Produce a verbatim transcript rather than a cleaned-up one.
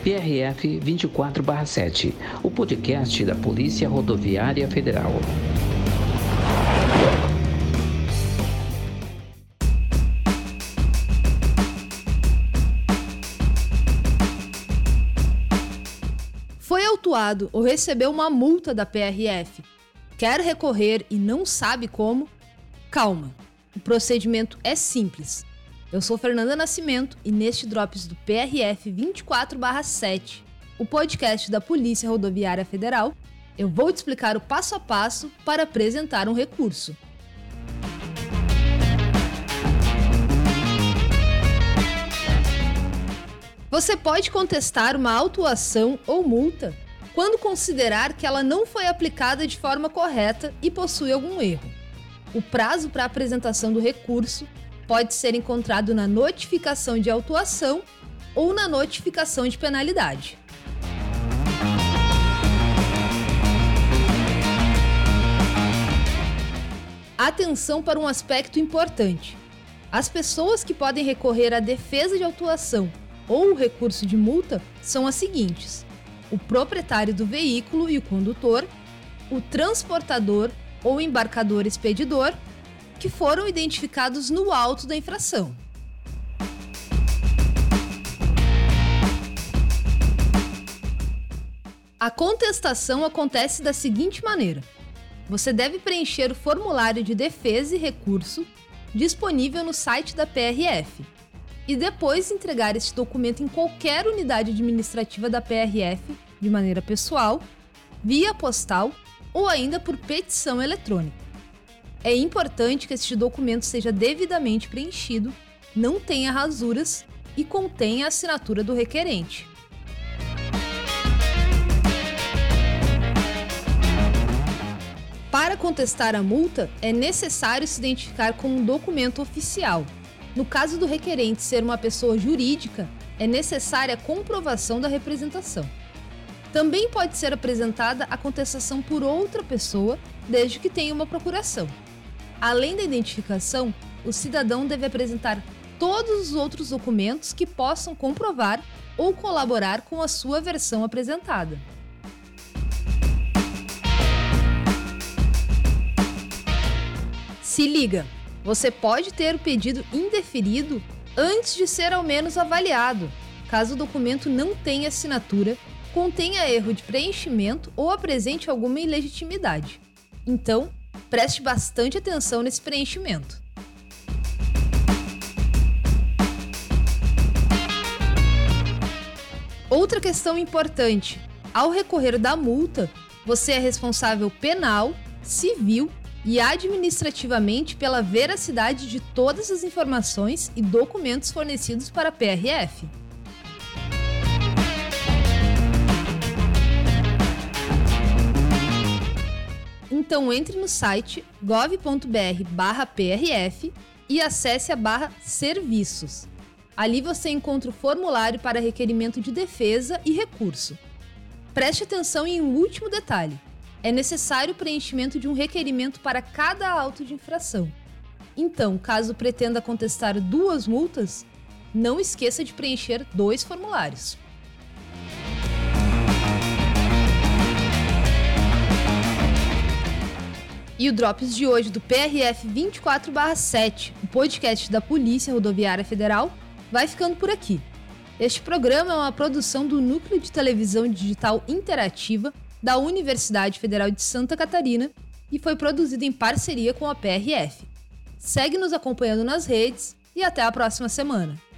P R F vinte e quatro barra sete, o podcast da Polícia Rodoviária Federal. Foi autuado ou recebeu uma multa da P R F? Quer recorrer e não sabe como? Calma, o procedimento é simples. Eu sou Fernanda Nascimento e neste Drops do P R F vinte e quatro barra sete, o podcast da Polícia Rodoviária Federal, eu vou te explicar o passo a passo para apresentar um recurso. Você pode contestar uma autuação ou multa quando considerar que ela não foi aplicada de forma correta e possui algum erro. O prazo para a apresentação do recurso pode ser encontrado na notificação de autuação ou na notificação de penalidade. Atenção para um aspecto importante. As pessoas que podem recorrer à defesa de autuação ou o recurso de multa são as seguintes: o proprietário do veículo e o condutor, o transportador ou embarcador expedidor, que foram identificados no auto da infração. A contestação acontece da seguinte maneira: você deve preencher o formulário de defesa e recurso disponível no site da P R F e depois entregar este documento em qualquer unidade administrativa da P R F de maneira pessoal, via postal ou ainda por petição eletrônica. É importante que este documento seja devidamente preenchido, não tenha rasuras e contenha a assinatura do requerente. Para contestar a multa, é necessário se identificar com um documento oficial. No caso do requerente ser uma pessoa jurídica, é necessária a comprovação da representação. Também pode ser apresentada a contestação por outra pessoa, desde que tenha uma procuração. Além da identificação, o cidadão deve apresentar todos os outros documentos que possam comprovar ou colaborar com a sua versão apresentada. Se liga! Você pode ter o pedido indeferido antes de ser ao menos avaliado, caso o documento não tenha assinatura, contenha erro de preenchimento ou apresente alguma ilegitimidade. Então, preste bastante atenção nesse preenchimento. Outra questão importante: ao recorrer da multa, você é responsável penal, civil e administrativamente pela veracidade de todas as informações e documentos fornecidos para a P R F. Então entre no site gov ponto br barra P R F e acesse a barra Serviços. Ali você encontra o formulário para requerimento de defesa e recurso. Preste atenção em um último detalhe: é necessário o preenchimento de um requerimento para cada auto de infração. Então, caso pretenda contestar duas multas, não esqueça de preencher dois formulários. E o Drops de hoje do P R F vinte e quatro barra sete, o podcast da Polícia Rodoviária Federal, vai ficando por aqui. Este programa é uma produção do Núcleo de Televisão Digital Interativa da Universidade Federal de Santa Catarina e foi produzido em parceria com a P R F. Segue nos acompanhando nas redes e até a próxima semana.